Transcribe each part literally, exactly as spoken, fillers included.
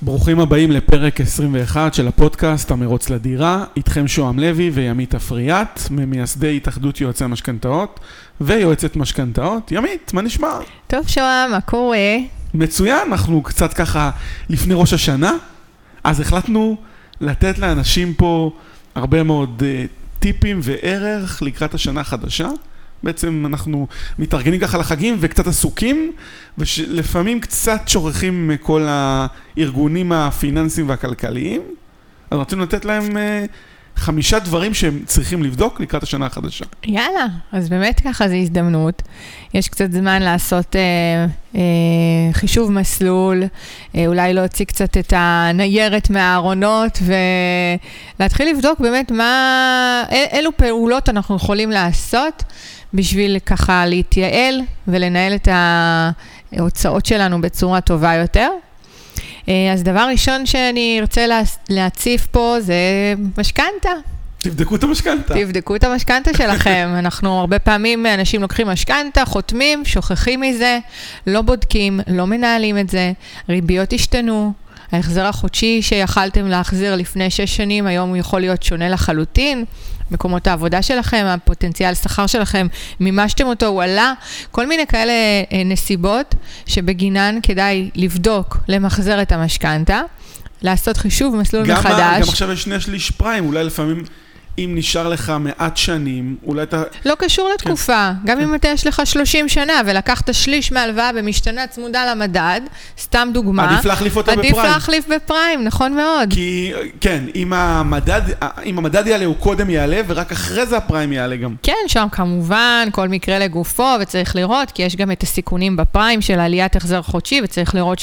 ברוכים הבאים לפרק עשרים ואחת של הפודקאסט המרוץ לדירה, איתכם שוהם לוי וימית אפריאט, ממייסדי התאחדות יועצי המשכנתאות ויועצת משכנתאות. ימית, מה נשמע? טוב שוהם, מה קורה? מצוין, אנחנו קצת ככה לפני ראש השנה, אז החלטנו לתת לאנשים פה הרבה מאוד uh, טיפים וערך לקראת השנה החדשה. בעצם אנחנו מתארגנים ככה לחגים וקצת עסוקים, ולפעמים קצת שוכחים מכל הארגונים הפיננסיים והכלכליים. אז רצינו לתת להם חמישה דברים שהם צריכים לבדוק לקראת השנה החדשה. יאללה, אז באמת ככה זו הזדמנות. יש קצת זמן לעשות אה, אה, חישוב מסלול, אה, אולי להוציא קצת את הניירת מהארונות, ולהתחיל לבדוק באמת מה, אילו פעולות אנחנו יכולים לעשות, בשביל ככה להתייעל ולנהל את ההוצאות שלנו בצורה טובה יותר. אז דבר ראשון שאני ארצה להציף פה זה משכנתה. תבדקו את המשכנתה. תבדקו את המשכנתה שלכם. אנחנו הרבה פעמים אנשים לוקחים משכנתה, חותמים, שוכחים מזה, לא בודקים, לא מנהלים את זה, ריביות השתנו. ההחזר החודשי שיכלתם להחזיר לפני שש שנים, היום הוא יכול להיות שונה לחלוטין. מקומות העבודה שלכם, הפוטנציאל שכר שלכם, מימשתם אותו, הוא עלה, כל מיני כאלה נסיבות שבגינן כדאי לבדוק, למחזר את המשכנתה, לעשות חישוב מסלול גם מחדש. גם עכשיו יש שני שליש פריים, אולי לפעמים אם נשאר לך מעט שנים, אולי אתה... לא קשור לתקופה, כן. גם כן. אם אתה יש לך שלושים שנה, ולקחת שליש מהלוואה במשתנה צמודה למדד, סתם דוגמה. עדיף להחליף אותה עדיף בפריים. עדיף להחליף בפריים, נכון מאוד. כי, כן, אם המדד, אם המדד יעלה, הוא קודם יעלה, ורק אחרי זה הפריים יעלה גם. כן, שם כמובן, כל מקרה לגופו, וצריך לראות, כי יש גם את הסיכונים בפריים של עליית החזר חודשי, וצריך לראות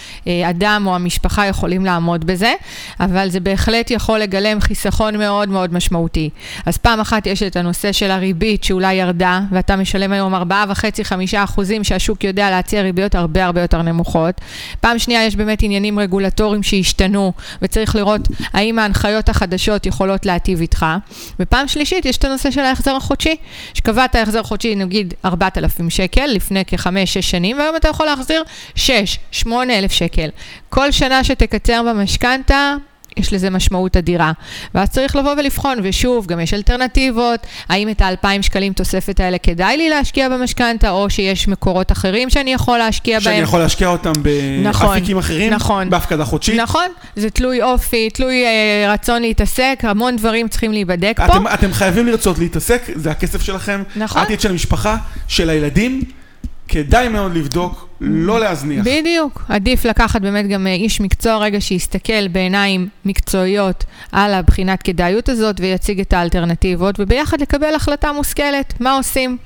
שהאדם או המשפחה יכולים לעמוד בזה, אבל זה בהחלט יכול לגלם חיסכון מאוד מאוד משמעותי. אז פעם אחת יש את הנושא של הריבית שאולי ירדה, ואתה משלם היום ארבעה וחצי חמישה אחוזים שהשוק יודע להציע ריביות הרבה הרבה יותר נמוכות. פעם שנייה יש באמת עניינים רגולטוריים שהשתנו, וצריך לראות האם ההנחיות החדשות יכולות להטיב איתך. ופעם שלישית יש את הנושא של ההחזר החודשי, שקבעת ההחזר חודשי נגיד ארבעת אלפים שקל לפני כחמש שש שנים, והיום אתה יכול להחזיר שש שמונה אלף שקל. כל שנה שתקצר במשכנתה, יש לזה משמעות אדירה. ואז צריך לבוא ולבחון, ושוב, גם יש אלטרנטיבות, האם את האלפיים שקלים תוספת האלה כדאי לי להשקיע במשכנתה, או שיש מקורות אחרים שאני יכול להשקיע שאני בהם. שאני יכול להשקיע אותם באפיקים אחרים, נכון. בהפקדה חודשית. נכון, זה תלוי אופי, תלוי אה, רצון להתעסק, המון דברים צריכים להיבדק אתם, פה. אתם חייבים לרצות להתעסק, זה הכסף שלכם, נכון. העתיד של המשפחה, של הילדים, כדאי מאוד לבדוק, לא להזניח. בדיוק. עדיף לקחת באמת גם איש מקצוע רגע שיסתכל בעיניים מקצועיות על הבחינת כדאיות הזאת ויציג את האלטרנטיבות, וביחד לקבל החלטה מושכלת. מה עושים?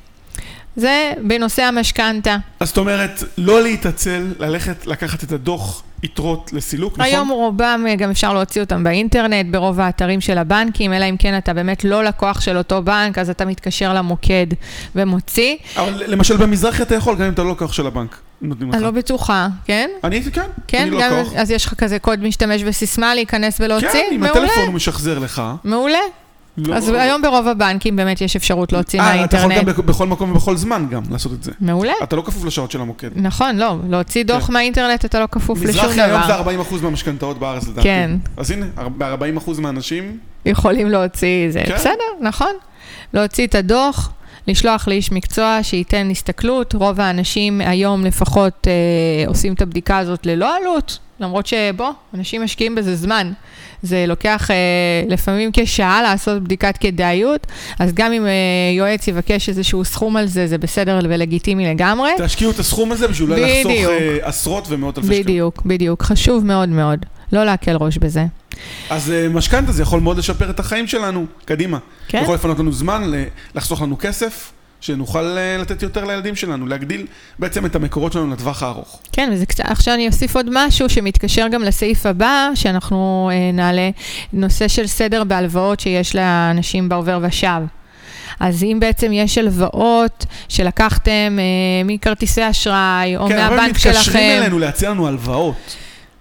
זה בנושא המשכנתה. אז זאת אומרת, לא להתעצל, ללכת, לקחת את הדוח יתרות לסילוק, נכון? היום רובם גם אפשר להוציא אותם באינטרנט, ברוב האתרים של הבנקים, אלא אם כן אתה באמת לא לקוח של אותו בנק, אז אתה מתקשר למוקד ומוציא. אבל למשל במזרחי אתה יכול, גם אם אתה לא לקוח של הבנק. אני לא בטוחה, כן? אני כן, כן, אני לא לקוח. אז יש לך כזה קוד משתמש וסיסמה להיכנס ולהוציא? כן, אם הטלפון הוא משחזר לך. מעולה. אז היום ברוב הבנקים באמת יש אפשרות להוציא מהאינטרנט. אתה יכול גם בכל מקום ובכל זמן גם לעשות את זה. מעולה. אתה לא כפוף לשעות של המוקד. נכון, לא. להוציא דוח מהאינטרנט אתה לא כפוף לשום דבר. מזרחי היום זה ארבעים אחוז מהמשכנתאות בארץ לדעתי. כן. אז הנה, ב-ארבעים אחוז מהאנשים יכולים להוציא זה. בסדר, נכון. להוציא את הדוח, לשלוח לאיש מקצוע שייתן הסתכלות. רוב האנשים היום לפחות אה, עושים את הבדיקה הזאת ללא עלות, למרות שבוא, אנשים משקיעים בזה זמן. זה לוקח אה, לפעמים כשעה לעשות בדיקת כדאיות, אז גם אם אה, יועץ יבקש איזשהו סכום על זה, זה בסדר ולגיטימי לגמרי. תשקיעו את הסכום הזה בשביל אולי לחסוך אה, עשרות ומאות אלפי שקלים. בדיוק, בדיוק. חשוב מאוד מאוד. לא להקל ראש בזה. אז אה, משכנתה זה יכול מאוד לשפר את החיים שלנו. קדימה. כן? יכול לפנות לנו זמן, לחסוך לנו כסף. שנוכל לתת יותר לילדים שלנו, להגדיל בעצם את המקורות שלנו לטווח הארוך. כן, וזה קצת, עכשיו אני אוסיף עוד משהו שמתקשר גם לסעיף הבא, שאנחנו אה, נעלה נושא של סדר בהלוואות שיש לאנשים בעובר ושב. אז אם בעצם יש הלוואות שלקחתם אה, מכרטיסי אשראי, או כן, מהבנק שלכם. כן, אבל מתקשרים אלינו להציע לנו הלוואות.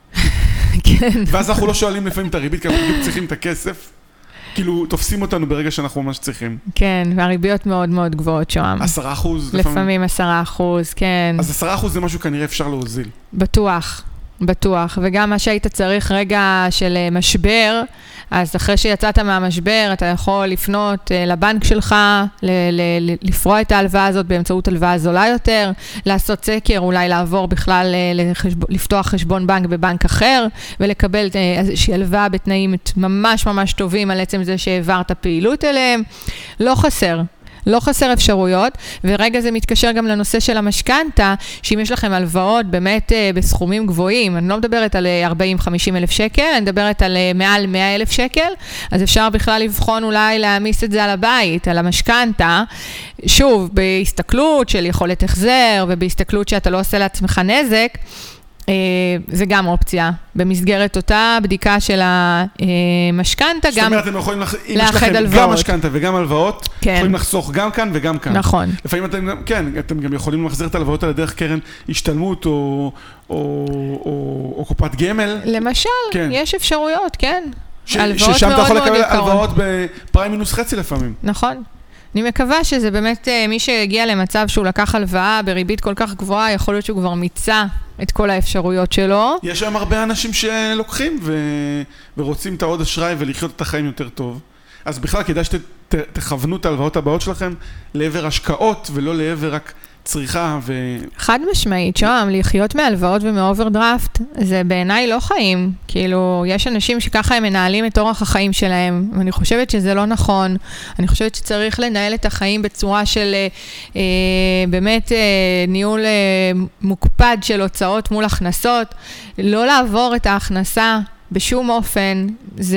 כן. ואז אנחנו לא שואלים לפעמים את הריבית, כי אנחנו בדיוק צריכים את הכסף. כאילו, תופסים אותנו ברגע שאנחנו ממש צריכים. כן, והריביות מאוד מאוד גבוהות שם. עשרה אחוז. לפעמים עשרה אחוז, כן. אז עשרה אחוז זה משהו כנראה אפשר להוזיל. בטוח. בטוח, וגם מה שהיית צריך רגע של משבר, אז אחרי שיצאת מהמשבר, אתה יכול לפנות לבנק שלך, ל- ל- לפרוע את ההלוואה הזאת באמצעות הלוואה זולה יותר, לעשות סקר, אולי לעבור בכלל, לחשב... לפתוח חשבון בנק בבנק אחר, ולקבל איזושהי הלוואה בתנאים ממש ממש טובים על עצם זה שהעברת פעילות אליהם. לא חסר. לא חסר אפשרויות, ורגע זה מתקשר גם לנושא של המשכנתה, שאם יש לכם הלוואות באמת בסכומים גבוהים, אני לא מדברת על ארבעים חמישים אלף שקל, אני מדברת על מעל מאה אלף שקל, אז אפשר בכלל לבחון אולי להעמיס את זה על הבית, על המשכנתה, שוב, בהסתכלות של יכולת החזר, ובהסתכלות שאתה לא עושה לעצמך נזק, זה גם אופציה. במסגרת אותה בדיקה של המשכנתה, גם זאת אומרת, אתם יכולים, אם יש לכם גם משכנתה וגם הלוואות, יכולים לחסוך גם כאן וגם כאן. נכון. לפעמים אתם, כן, אתם גם יכולים לחזר את ההלוואות על הדרך קרן השתלמות או קופת גמל. למשל, יש אפשרויות, כן. ששם אתה יכול לקבל הלוואות בפריים מינוס חצי לפעמים. נכון. אני מקווה שזה באמת מי שהגיע למצב שהוא לקח הלוואה בריבית כל כך גבוהה, יכול להיות שהוא כבר מיצה את כל האפשרויות שלו. יש שם הרבה אנשים שלוקחים ו... ורוצים את העוד אשראי ולחיות את החיים יותר טוב. אז בכלל כדאי שתכוונו את ההלוואות הבאות שלכם לעבר השקעות ולא לעבר רק צריכה ו... חד משמעית, שם, לחיות מהלוואות ומאוברדרפט, זה בעיניי לא חיים. כאילו, יש אנשים שככה הם מנהלים את אורח החיים שלהם, ואני חושבת שזה לא נכון. אני חושבת שצריך לנהל את החיים בצורה של אה, באמת אה, ניהול אה, מוקפד של הוצאות מול הכנסות, לא לעבור את ההכנסה בשום אופן. זה,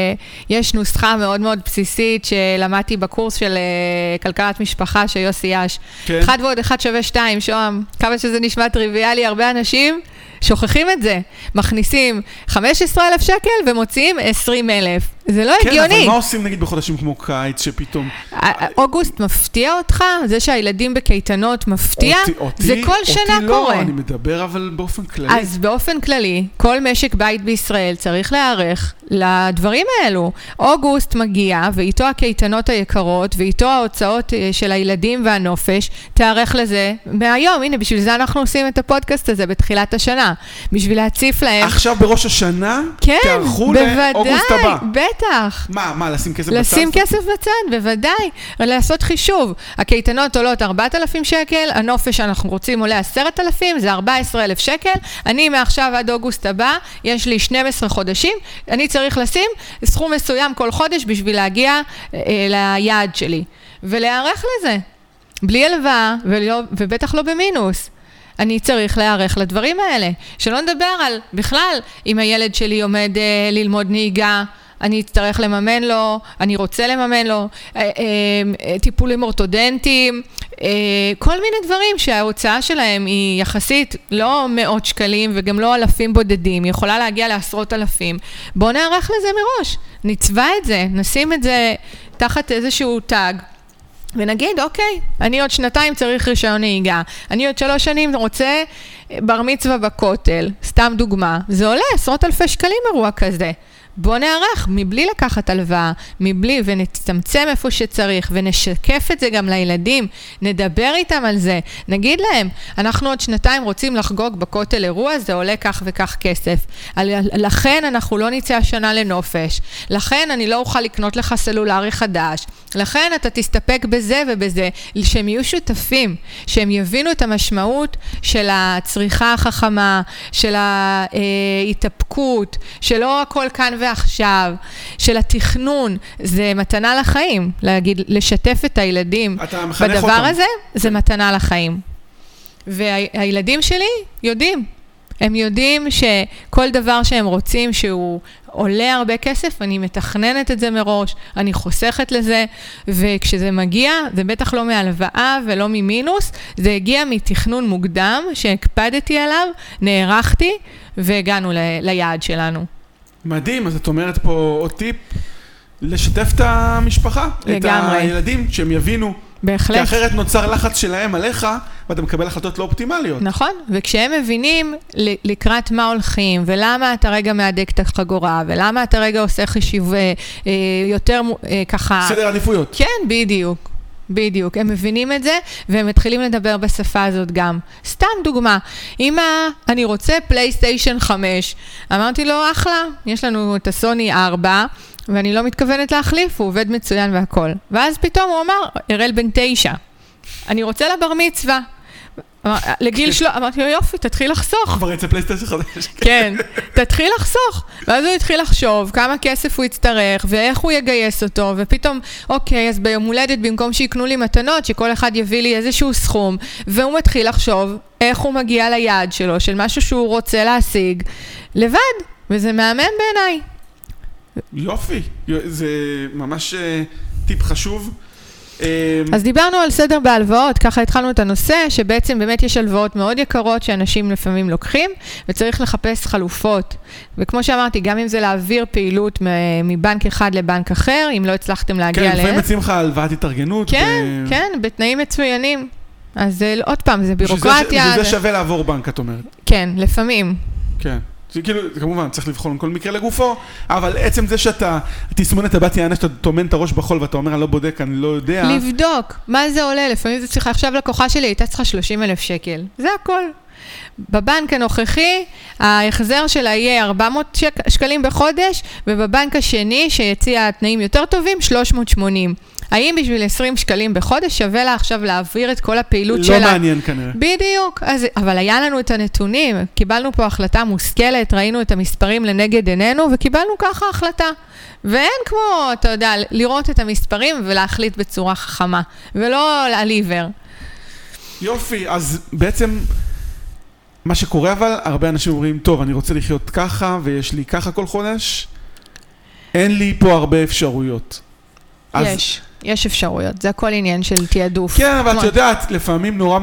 יש נוסחה מאוד מאוד בסיסית שלמדתי בקורס של uh, כלכלת משפחה של יוסי יאש. כן. אחד ועוד אחד שווה שתיים, שום. כמה שזה נשמע טריוויאלי, הרבה אנשים שוכחים את זה. מכניסים חמישה עשר אלף שקל ומוציאים עשרים אלף. זה לא כן, הגיוני. כן, אבל מה עושים נגיד בחודשים כמו קיץ שפתאום... אוגוסט מפתיע אותך? זה שהילדים בקייטנות מפתיע? אותי, אותי, זה כל אותי שנה לא, קורה. אני מדבר אבל באופן כללי. אז באופן כללי, כל משק בית בישראל צריך להיערך לדברים האלו. אוגוסט מגיע, ואיתו הקייטנות היקרות, ואיתו ההוצאות של הילדים והנופש, תיערך לזה מהיום. הנה, בשביל זה אנחנו עושים את הפודקאסט הזה בתחילת השנה. בשביל להציף להם... עכשיו בראש השנה, כן, תערכו לאוגוסט הבא. בטח. מה, מה, לשים כסף בצד? לשים כסף בצד, בוודאי. לעשות חישוב. הקייטנות עולות ארבעת אלפים שקל, הנופש שאנחנו רוצים עולה עשרת אלפים, זה ארבעה עשר אלף שקל. אני מעכשיו עד אוגוסט הבא, יש לי שנים עשר חודשים, אני צריך לשים סכום מסוים כל חודש בשביל להגיע אה, ליעד שלי. ולהיערך לזה. בלי הלוואה, ולא, ובטח לא במינוס. אני צריך להיערך לדברים האלה. שלא נדבר על, בכלל, אם הילד שלי עומד אה, ללמוד נהיגה, אני אצטרך לממן לו, אני רוצה לממן לו, אה, אה, טיפולים אורתודנטיים, אה, כל מיני דברים שההוצאה שלהם היא יחסית לא מאות שקלים וגם לא אלפים בודדים, היא יכולה להגיע לעשרות אלפים. בואו נערך לזה מראש, נצבע את זה, נשים את זה תחת איזשהו טאג, ונגיד, אוקיי, אני עוד שנתיים צריך רישיון נהיגה, אני עוד שלוש שנים רוצה בר מצווה בכותל, סתם דוגמה, זה עולה עשרות אלפי שקלים אירוע כזה. בוא נערך, מבלי לקחת הלוואה, מבלי, ונצמצם איפה שצריך, ונשקף את זה גם לילדים, נדבר איתם על זה, נגיד להם, אנחנו עוד שנתיים רוצים לחגוג בכותל אירוע, זה עולה כך וכך כסף. לכן אנחנו לא נצא השנה לנופש, לכן אני לא אוכל לקנות לך סלולרי חדש, לכן אתה תסתפק בזה ובזה, שהם יהיו שותפים, שהם יבינו את המשמעות של הצריכה החכמה, של ההתאפקות, שלא הכל כאן ועכשיו, של התכנון, זה מתנה לחיים, להגיד, לשתף את הילדים בדבר אותם. הזה, זה מתנה לחיים. והילדים שלי יודעים, הם יודעים שכל דבר שהם רוצים שהוא עולה הרבה כסף, אני מתכננת את זה מראש, אני חוסכת לזה, וכשזה מגיע, זה בטח לא מהלוואה ולא ממינוס, זה הגיע מתכנון מוקדם שהקפדתי עליו, נערכתי והגענו ל- ליעד שלנו. מדהים, אז את אומרת פה עוד טיפ, לשתף את המשפחה, לגמרי. את הילדים, שהם יבינו. בהחלט. כי אחרת נוצר לחץ שלהם עליך, ואתה מקבל החלטות לא אופטימליות. נכון, וכשהם מבינים לקראת מה הולכים, ולמה אתה רגע מעדק את החגורה, ולמה אתה רגע עושה חישוב יותר ככה... סדר עדיפויות. כן, בדיוק. בדיוק, הם מבינים את זה, והם מתחילים לדבר בשפה הזאת גם. סתם דוגמה, אמא, אני רוצה פלייסטיישן חמש. אמרתי לו, אחלה, יש לנו את הסוני ארבע, ואני לא מתכוונת להחליף, הוא עובד מצוין והכל. ואז פתאום הוא אמר, אראל בן תשע, אני רוצה לבר מצווה. לגיל שלו, אמרתי לו, יופי, תתחיל לחסוך. כבר יצא פלייסטיישן חדש. כן, תתחיל לחסוך. ואז הוא התחיל לחשוב כמה כסף הוא יצטרך, ואיך הוא יגייס אותו, ופתאום, אוקיי, אז ביום הולדת, במקום שיקנו לי מתנות, שכל אחד יביא לי איזשהו סכום, והוא מתחיל לחשוב איך הוא מגיע ליעד שלו, של משהו שהוא רוצה להשיג, לבד, וזה מהמם בעיניי. יופי, זה ממש טיפ חשוב. אז דיברנו על סדר בהלוואות, ככה התחלנו את הנושא, שבעצם באמת יש הלוואות מאוד יקרות שאנשים לפעמים לוקחים, וצריך לחפש חלופות. וכמו שאמרתי, גם אם זה להעביר פעילות מבנק אחד לבנק אחר, אם לא הצלחתם להגיע אליהם. כן, לפעמים מציעים לך הלוואת התארגנות. כן, כן, בתנאים מצוינים. אז עוד פעם, זה בירוקרטיה. שזה שווה לעבור בנק, את אומרת. כן, לפעמים. כן. כאילו, כמובן, צריך לבחון כל מקרה לגופו, אבל עצם זה שאתה תסמונת הבת יענה, שאתה תומן את הראש בחול, ואתה אומר, אני לא בודק, אני לא יודע. לבדוק, מה זה עולה? לפעמים זה צריכה, עכשיו לקוחה שלי הייתה צריכה שלושים אלף שקל. זה הכל. בבנק הנוכחי, ההחזר שלה יהיה ארבע מאות שקלים בחודש, ובבנק השני, שיציע תנאים יותר טובים, שלוש מאות ושמונים. האם בשביל עשרים שקלים בחודש שווה לה עכשיו להעביר את כל הפעילות לא שלה? לא מעניין כנראה. בדיוק, אז, אבל היה לנו את הנתונים, קיבלנו פה החלטה מושכלת, ראינו את המספרים לנגד עינינו, וקיבלנו ככה החלטה. ואין כמו, אתה יודע, לראות את המספרים ולהחליט בצורה חכמה, ולא על עיוור. יופי, אז בעצם מה שקורה אבל, הרבה אנשים אומרים, טוב, אני רוצה לחיות ככה, ויש לי ככה כל חודש, אין לי פה הרבה אפשרויות. יש, יש אפשרויות, זה הכל עניין של תיעדוף. כן, אבל את יודעת, לפעמים נורא,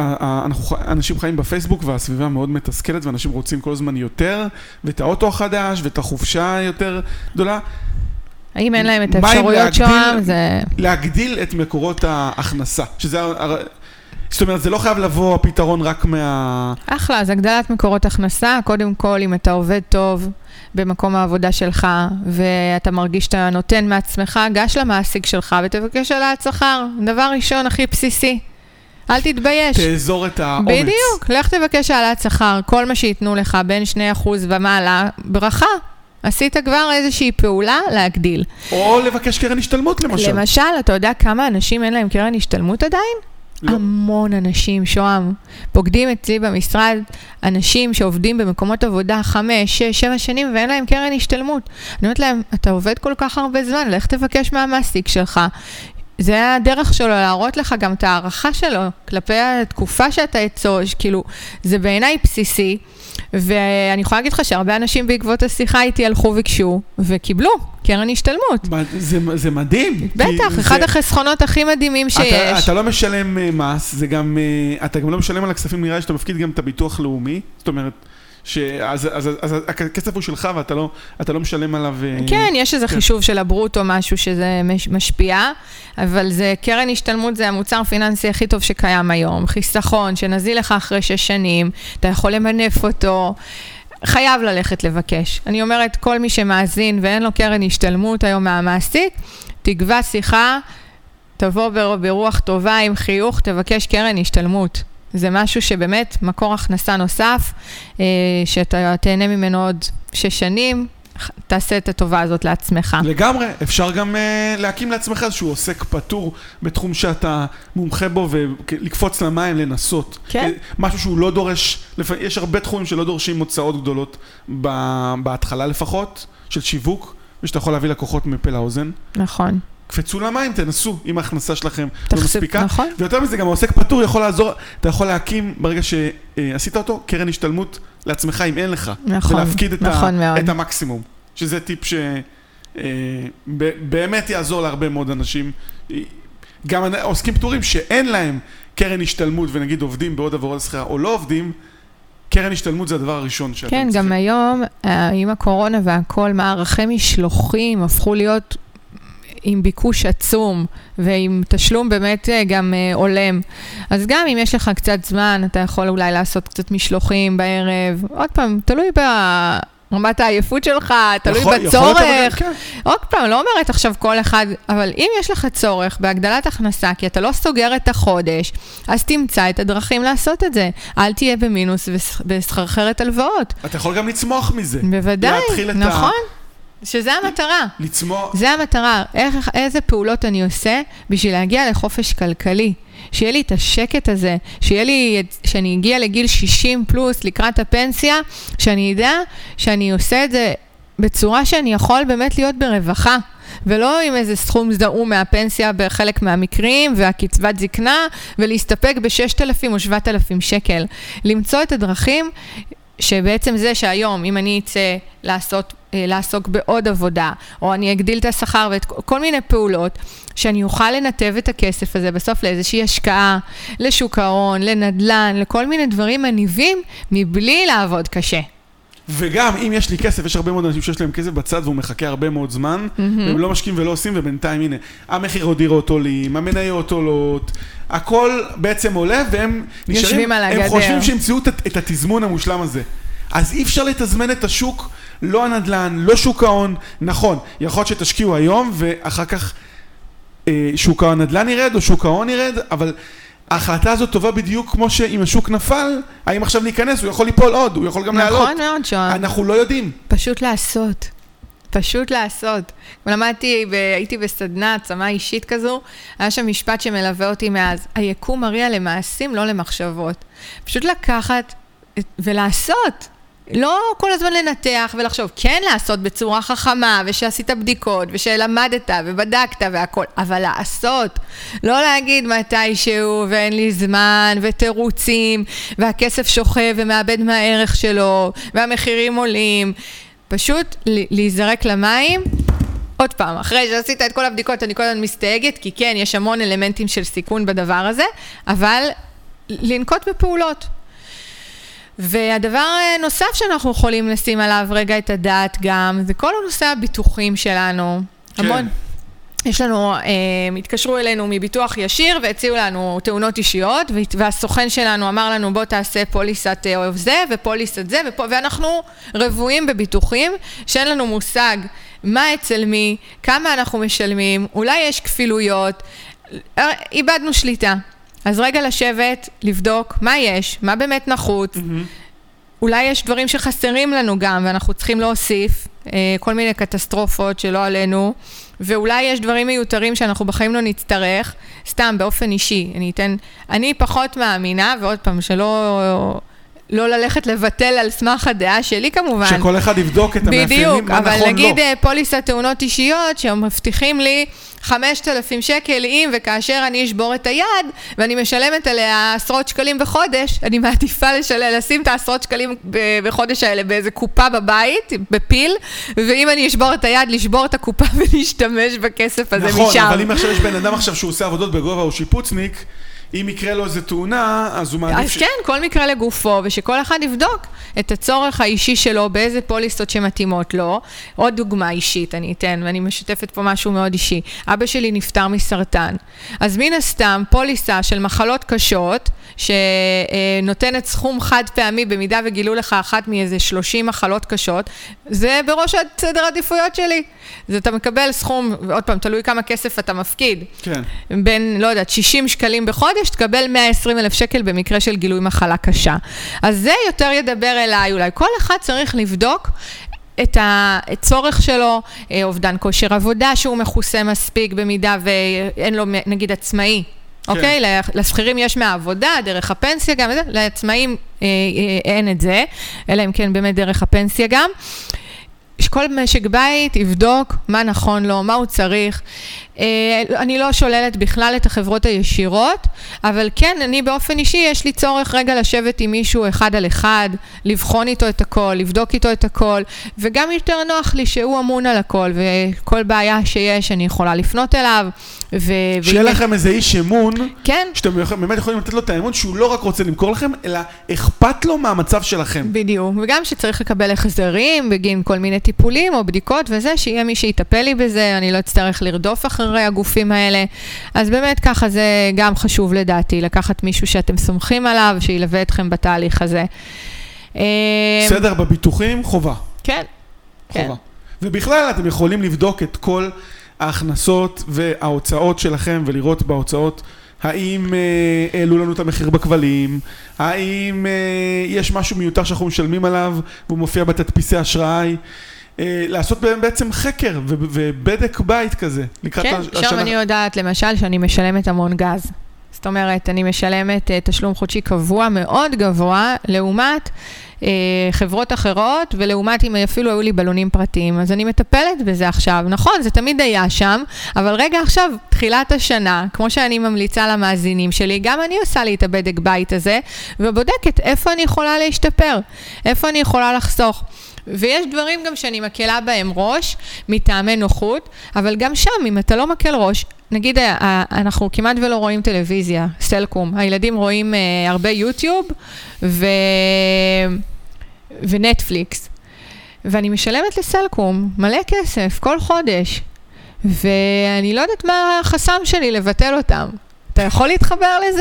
אנשים חיים בפייסבוק והסביבה מאוד מתסכלת, ואנשים רוצים כל הזמן יותר, ואת האוטו החדש, ואת החופשה יותר גדולה. האם אין להם את האפשרויות שם? זה... להגדיל את מקורות ההכנסה, שזה... זאת אומרת, זה לא חייב לבוא הפתרון רק מה... אחלה, אז הגדלת מקורות הכנסה, קודם כל, אם אתה עובד טוב במקום העבודה שלך, ואתה מרגיש שאתה נותן מעצמך, גש למעסיק שלך ותבקש העלאת שכר. דבר ראשון, הכי בסיסי. אל תתבייש. תאזור את האומץ. בדיוק, לך תבקש העלאת שכר, כל מה שיתנו לך בין שני אחוז ומעלה, ברכה. עשית כבר איזושהי פעולה להגדיל. או לבקש קרן השתלמות, למשל. למשל, אתה יודע כמה אנשים אין להם קרן השתלמות עדיין? לא. המון אנשים, שוהם, פוקדים אצלי במשרד, אנשים שעובדים במקומות עבודה חמש, שש, שבע שנים, ואין להם קרן השתלמות. אני אומרת להם, אתה עובד כל כך הרבה זמן, לך תבקש מהמעסיק שלך. זה הדרך שלו להראות לך גם את הערכה שלו, כלפי התקופה שאתה יצוש, כאילו, זה בעיניי בסיסי, ואני יכולה להגיד לך שהרבה אנשים בעקבות השיחה איתי הלכו וביקשו, וקיבלו קרן השתלמות. זה, זה מדהים. בטח, אחד זה... החסכונות הכי מדהימים שיש. אתה, אתה לא משלם מס, זה גם, אתה גם לא משלם על הכספים, נראה שאתה מפקיד גם את הביטוח לאומי, זאת אומרת, שאז, אז, אז, אז הכסף הוא שלך ואתה לא, אתה לא משלם עליו... כן, יש איזה חישוב של הברוטו, משהו שזה משפיע, אבל זה, קרן השתלמות זה המוצר הפיננסי הכי טוב שקיים היום, חיסכון, שנזיל לך אחרי שש שנים, אתה יכול למנף אותו, חייב ללכת לבקש. אני אומרת, כל מי שמאזין ואין לו קרן השתלמות היום מהמעסיק, תגבה שיחה, תבוא ברוח טובה עם חיוך, תבקש קרן השתלמות. זה משהו שבאמת מקור הכנסה נוסף, שאתה תהנה ממנו עוד שש שנים, תעשה את הטובה הזאת לעצמך. לגמרי, אפשר גם להקים לעצמך איזשהו עוסק פטור בתחום שאתה מומחה בו ולקפוץ למים, לנסות. כן. משהו שהוא לא דורש, יש הרבה תחומים שלא דורשים הוצאות גדולות בהתחלה לפחות, של שיווק, ושאתה יכול להביא לקוחות מפה לאוזן. נכון. קפצו למים, תנסו, אם ההכנסה שלכם תחסip, לא מספיקה. נכון. ויותר מזה, גם העוסק פטור יכול לעזור, אתה יכול להקים ברגע שעשית אותו, קרן השתלמות לעצמך אם אין לך. נכון, ולהפקיד את, נכון ה, מאוד. את המקסימום. שזה טיפ שבאמת יעזור להרבה מאוד אנשים. גם עוסקים פטורים שאין להם קרן השתלמות, ונגיד עובדים בעוד עבודת שכירה או לא עובדים, קרן השתלמות זה הדבר הראשון שאתם כן, צריכים. גם היום, עם הקורונה והכל, מערכי משלוחים הפכו להיות עם ביקוש עצום, ועם תשלום באמת גם עולם. אז גם אם יש לך קצת זמן, אתה יכול אולי לעשות קצת משלוחים בערב. עוד פעם, תלוי רמת העייפות שלך, תלוי יכול, בצורך. יכול כן. עוד פעם, לא אומרת עכשיו כל אחד, אבל אם יש לך צורך בהגדלת הכנסה, כי אתה לא סוגר את החודש, אז תמצא את הדרכים לעשות את זה. אל תהיה במינוס וסחרחרת הלוואות. אתה יכול גם לצמוח מזה. בוודאי, נכון. ה... שזה המטרה. לצמוח. זה המטרה. איך, איזה פעולות אני עושה בשביל להגיע לחופש כלכלי. שיהיה לי את השקט הזה, שיהיה לי, שאני אגיע לגיל שישים פלוס לקראת הפנסיה, שאני אדע שאני עושה את זה בצורה שאני יכול באמת להיות ברווחה, ולא עם איזה סכום זעום מהפנסיה בחלק מהמקרים, והקצבת זקנה, ולהסתפק ב-ששת אלפים או שבעת אלפים שקל. למצוא את הדרכים, שבעצם זה שהיום, אם אני אצא לעשות, לעסוק בעוד עבודה, או אני אגדיל את השכר ואת כל מיני פעולות, שאני אוכל לנתב את הכסף הזה בסוף לאיזושהי השקעה, לשוק ההון, לנדלן, לכל מיני דברים מניבים, מבלי לעבוד קשה. וגם, אם יש לי כסף, יש הרבה מאוד אנשים שיש להם כסף בצד, והוא מחכה הרבה מאוד זמן, mm-hmm. והם לא משקיעים ולא עושים, ובינתיים, הנה, המחיר דירות עולים, המניות עולות, הכל בעצם עולה, והם נשארים, הם חושבים שימצאו את התזמון המושלם הזה. אז אי אפשר לתזמן את השוק, לא הנדלן, לא שוק ההון, נכון, יכול להיות שתשקיעו היום, ואחר כך אה, שוק הנדלן ירד, או שוק ההון ירד, אבל ההחלטה הזאת טובה בדיוק כמו שאם השוק נפל, האם עכשיו ניכנס, הוא יכול ליפול עוד, הוא יכול גם לעלות. נכון מאוד, שון. אנחנו לא יודעים. פשוט לעשות. פשוט לעשות. למדתי, הייתי בסדנה, עצמה אישית כזו, היה שם משפט שמלווה אותי מאז. היקום מריע למעשים, לא למחשבות. פשוט לקחת ולעשות. לא כל הזמן לנתח ולחשוב, כן לעשות בצורה חכמה, ושעשית בדיקות, ושלמדת ובדקת והכל, אבל לעשות. לא להגיד מתישהו, ואין לי זמן, ותירוצים, והכסף שוכב ומאבד מהערך שלו, והמחירים עולים. פשוט להיזרק למים. עוד פעם, אחרי שעשית את כל הבדיקות, אני כל הזמן מסתייגת, כי כן, יש המון אלמנטים של סיכון בדבר הזה, אבל לנקוט בפעולות. והדבר נוסף שאנחנו יכולים לשים עליו רגע את הדעת גם, זה כל הנושא הביטוחים שלנו. כן. המון. יש לנו, אה, התקשרו אלינו מביטוח ישיר והציעו לנו תאונות אישיות, והסוכן שלנו אמר לנו בוא תעשה פוליסת אה, זה ופוליסת זה, ופו, ואנחנו רבועים בביטוחים שאין לנו מושג מה אצל מי, כמה אנחנו משלמים, אולי יש כפילויות, איבדנו שליטה. אז רגע לשבת, לבדוק מה יש, מה באמת נחוץ. Mm-hmm. אולי יש דברים שחסרים לנו גם, ואנחנו צריכים להוסיף אה, כל מיני קטסטרופות שלא עלינו, ואולי יש דברים מיותרים שאנחנו בחיים לא נצטרך, סתם באופן אישי. אני אתן, אני פחות מאמינה, ועוד פעם, שלא לא ללכת לבטל על סמך הדעה שלי כמובן. שכל אחד יבדוק את המאפיינים, מה נכון לא. בדיוק, אבל נגיד פוליסת תאונות אישיות, שהם מבטיחים לי חמשת אלפים שקל אם וכאשר אני אשבור את היד, ואני משלמת עליה עשרות שקלים בחודש, אני מעדיפה לשלם, לשים את העשרות שקלים בחודש האלה באיזה קופה בבית, בפיל, ואם אני אשבור את היד, לשבור את הקופה ולהשתמש בכסף הזה נכון, משם. נכון, אבל אם עכשיו יש בן אדם עכשיו שהוא עושה עבודות בגובה או שיפוצניק, אם יקרה לו איזה תאונה, אז הוא מעדיף... אז ש... כן, כל מקרה לגופו, ושכל אחד יבדוק את הצורך האישי שלו, באיזה פוליסות שמתאימות לו. עוד דוגמה אישית אני אתן, ואני משתפת פה משהו מאוד אישי. אבא שלי נפטר מסרטן. אז מן הסתם, פוליסה של מחלות קשות, שנותנת סכום חד פעמי, במידה וגילו לך אחת מאיזה שלושים מחלות קשות, זה בראש סדר העדיפויות שלי. אז אתה מקבל סכום, ועוד פעם, תלוי כמה כסף אתה מפקיד. כן. בין, לא יודעת, שישים שקלים בחודש, תקבל מאה ועשרים אלף שקל במקרה של גילוי מחלה קשה. אז זה יותר ידבר אליי, אולי. כל אחד צריך לבדוק את הצורך שלו, אובדן כושר עבודה, שהוא מכוסה מספיק במידה ואין לו, נגיד, עצמאי. אוקיי? לשכירים יש מהעבודה, דרך הפנסיה גם, לעצמאים אין את זה, אלא אם כן באמת דרך הפנסיה גם. כל משק בית יבדוק מה נכון לו, מה הוא צריך. אני לא שוללת בכלל את החברות הישירות, אבל כן, אני באופן אישי, יש לי צורך רגע לשבת עם מישהו אחד על אחד, לבחון איתו את הכל, לבדוק איתו את הכל, וגם יותר נוח לי שהוא אמון על הכל, וכל בעיה שיש, אני יכולה לפנות אליו. ו... שיהיה לכם איזה איש אמון, כן. שאתם באמת יכולים לתת לו את האמון, שהוא לא רק רוצה למכור לכם, אלא אכפת לו מהמצב שלכם. בדיוק, וגם שצריך לקבל החזרים, בגין כל מיני טיפולים או בדיקות, וזה שיהיה מי שיטפל לי בזה, אני לא אצטרך לרדוף אחרי הגופים האלה. אז באמת ככה זה גם חשוב לדעתי, לקחת מישהו שאתם סומכים עליו, שילווה אתכם בתהליך הזה. סדר בביטוחים, חובה. כן. חובה. ובכלל אתם יכולים לבדוק את כל ההכנסות וההוצאות שלכם ולראות בהוצאות האם אה, העלו לנו את המחיר בכבלים, האם אה, יש משהו מיותר שאנחנו משלמים עליו והוא מופיע בתדפיסי אשראי, אה, לעשות בעצם חקר ו- ובדק בית כזה. כן, השנה... שם אני יודעת למשל שאני משלמת המון גז. זאת אומרת, אני משלמת uh, תשלום חודשי קבוע מאוד גבוה, לעומת uh, חברות אחרות, ולעומת אם אפילו היו לי בלונים פרטיים. אז אני מטפלת בזה עכשיו. נכון, זה תמיד היה שם, אבל רגע עכשיו, תחילת השנה, כמו שאני ממליצה למאזינים שלי, גם אני עושה לי את הבדק בית הזה, ובודקת איפה אני יכולה להשתפר, איפה אני יכולה לחסוך. ויש דברים גם שאני מקלה בהם ראש, מטעמי נוחות, אבל גם שם, אם אתה לא מקל ראש, נגיד, אנחנו כמעט ולא רואים טלוויזיה, סלקום. הילדים רואים uh, הרבה יוטיוב ו... ונטפליקס. ואני משלמת לסלקום מלא כסף כל חודש. ואני לא יודעת מה החסם שלי לבטל אותם. אתה יכול להתחבר לזה?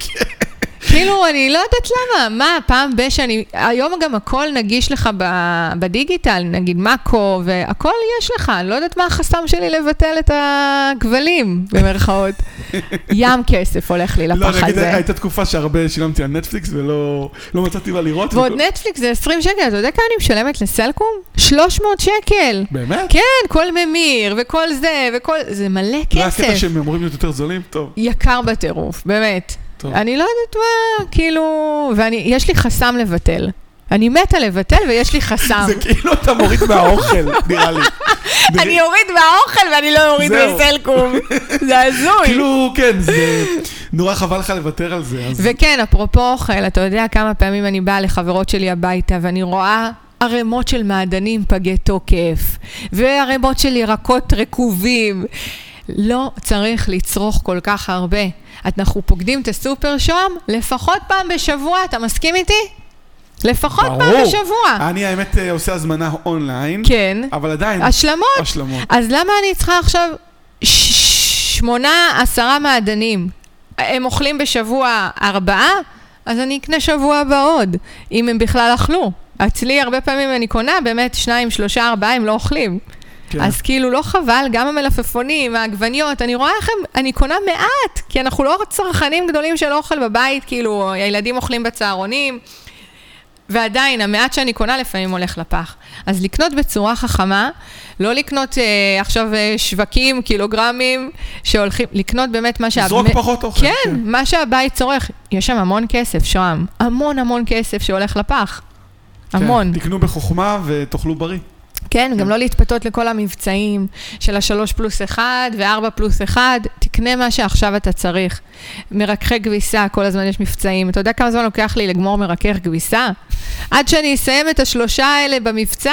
כאילו, אני לא יודעת למה. מה, פעם בשני, היום גם הכל נגיש לך בדיגיטל, נגיד מקו, והכל יש לך. אני לא יודעת מה החסם שלי לבטל את הכבלים, במרכאות. ים כסף הולך לי לפח הזה. לא, נגיד, הייתה תקופה שהרבה שילמתי על נטפליקס, ולא מצאתי מה לראות. ועוד נטפליקס זה עשרים שקל. אתה יודע כמה אני משלמת לסלקום? שלוש מאות שקל. באמת? כן, כל ממיר, וכל זה, וכל... זה מלא כסף. והקטע שהם אמורים להיות יותר זולים, טוב. יקר בטירוף, באמת. טוב. אני לא יודעת מה, כאילו, ויש לי חסם לבטל. אני מתה לבטל ויש לי חסם. זה כאילו אתה מוריד מהאוכל, נראה לי. אני אוריד מהאוכל ואני לא אוריד מסלקום. זה הזוי. כאילו, כן, זה נורא חבל לך לוותר על זה. וכן, אפרופו אוכל, אתה יודע כמה פעמים אני באה לחברות שלי הביתה ואני רואה ערימות של מעדנים פגי תוקף, וערימות של ירקות רקובים. לא צריך לצרוך כל כך הרבה. אנחנו פוקדים את הסופר שם, לפחות פעם בשבוע, אתה מסכים איתי? לפחות ברור. פעם בשבוע. אני האמת עושה הזמנה אונליין, כן. אבל עדיין. השלמות. השלמות. אז למה אני צריכה עכשיו ש- שמונה, עשרה מעדנים? הם אוכלים בשבוע ארבעה, אז אני אקנה שבוע הבא עוד, אם הם בכלל אכלו. אצלי הרבה פעמים אני קונה, באמת שניים, שלושה, ארבעה, הם לא אוכלים. כן. אז כאילו לא חבל, גם המלפפונים, העגבניות, אני רואה איך הם, אני קונה מעט, כי אנחנו לא צרכנים גדולים של אוכל בבית, כאילו הילדים אוכלים בצהרונים, ועדיין המעט שאני קונה לפעמים הולך לפח. אז לקנות בצורה חכמה, לא לקנות אה, עכשיו אה, שווקים, קילוגרמים, שהולכים, לקנות באמת מה שהבית... זרוק פחות אוכל. כן, כן, מה שהבית צורך. יש שם המון כסף שם, המון המון כסף שהולך לפח. כן, המון. תקנו בחוכמה ותאכלו בריא. כן, גם לא להתפתות לכל המבצעים של השלוש פלוס אחד וארבע פלוס אחד, תקנה מה שעכשיו אתה צריך. מרככי גביסה, כל הזמן יש מבצעים. אתה יודע כמה זמן לוקח לי לגמור מרכך גביסה? עד שאני אסיים את השלושה האלה במבצע,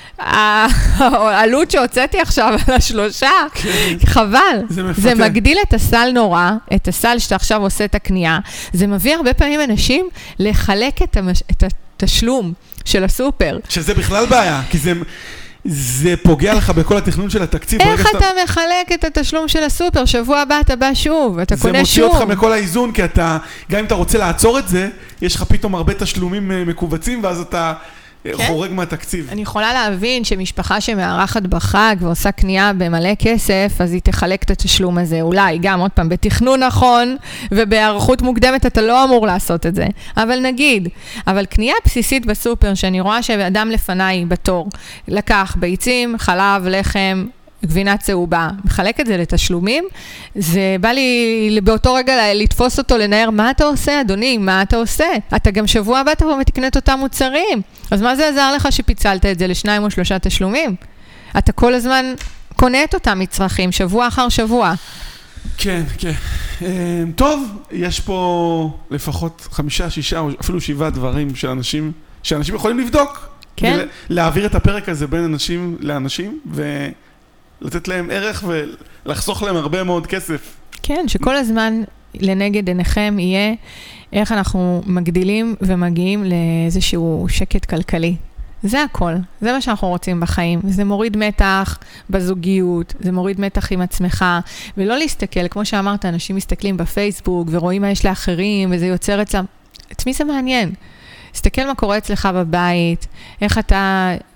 העלות שהוצאתי עכשיו על השלושה, חבל. זה מגדיל את הסל נורא, את הסל שאתה עכשיו עושה את הקנייה. זה מביא הרבה פעמים אנשים לחלק את התשלום של הסופר. שזה בכלל בעיה, כי זה... זה פוגע לך בכל התכנון של התקציב. איך אתה מחלק את התשלום של הסופר? שבוע הבא אתה בא שוב, אתה קונה שוב. זה מוציא אותך מכל האיזון, כי אתה, גם אם אתה רוצה לעצור את זה, יש לך פתאום הרבה תשלומים מקובצים, ואז אתה חורג מהתקציב. אני יכולה להבין שמשפחה שמארחת בחג ועושה קנייה במלא כסף, אז היא תחלק את התשלום הזה. אולי גם עוד פעם, בתכנון נכון ובהערכות מוקדמת אתה לא אמור לעשות את זה. אבל נגיד, אבל קנייה בסיסית בסופר, שאני רואה שאדם לפניי בתור, לקח ביצים, חלב, לחם, גבינה צהובה, מחלק את זה לתשלומים, זה בא לי באותו רגע לתפוס אותו, לנער, מה אתה עושה, אדוני? מה אתה עושה? אתה גם שבוע הבא תבוא ותקנה את אותם מוצרים. אז מה זה עזר לך שפיצלת את זה לשניים או שלושה תשלומים? אתה כל הזמן קונה את אותם מצרכים, שבוע אחר שבוע. כן, כן. טוב, יש פה לפחות חמישה, שישה, או אפילו שבעה דברים של אנשים, שאנשים יכולים לבדוק. כן. להעביר את הפרק הזה בין אנשים לאנשים, ו... לתת להם ערך ולחסוך להם הרבה מאוד כסף. כן, שכל הזמן לנגד עיניכם יהיה איך אנחנו מגדילים ומגיעים לאיזשהו שקט כלכלי. זה הכל, זה מה שאנחנו רוצים בחיים. זה מוריד מתח בזוגיות, זה מוריד מתח עם עצמך, ולא להסתכל, כמו שאמרת, אנשים מסתכלים בפייסבוק ורואים מה יש לאחרים, וזה יוצר אצלם. את מי זה מעניין? תסתכל מה קורה אצלך בבית, איך אתה...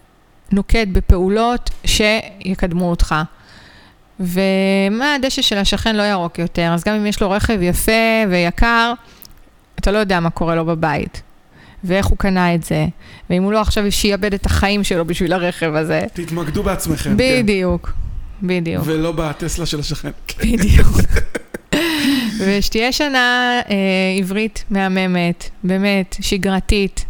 נוקט בפעולות שיקדמו אותך. ומה הדשא של השכן לא ירוק יותר, אז גם אם יש לו רכב יפה ויקר, אתה לא יודע מה קורה לו בבית, ואיך הוא קנה את זה, ואם הוא לא עכשיו שיאבד את החיים שלו בשביל הרכב הזה. תתמקדו בעצמכם. בדיוק, כן. בדיוק. ולא בטסלה של השכן. בדיוק. ושתהיה שנה אה, עברית מהממת, באמת, שגרתית,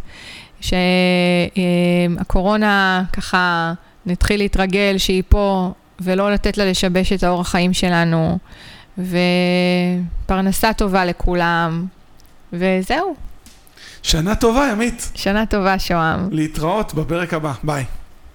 שהקורונה ככה נתחיל להתרגל שהיא פה, ולא לתת לה לשבש את האורח חיים שלנו, ופרנסה טובה לכולם, וזהו. שנה טובה, ימית. שנה טובה, שוהם. להתראות בפרק הבא. ביי.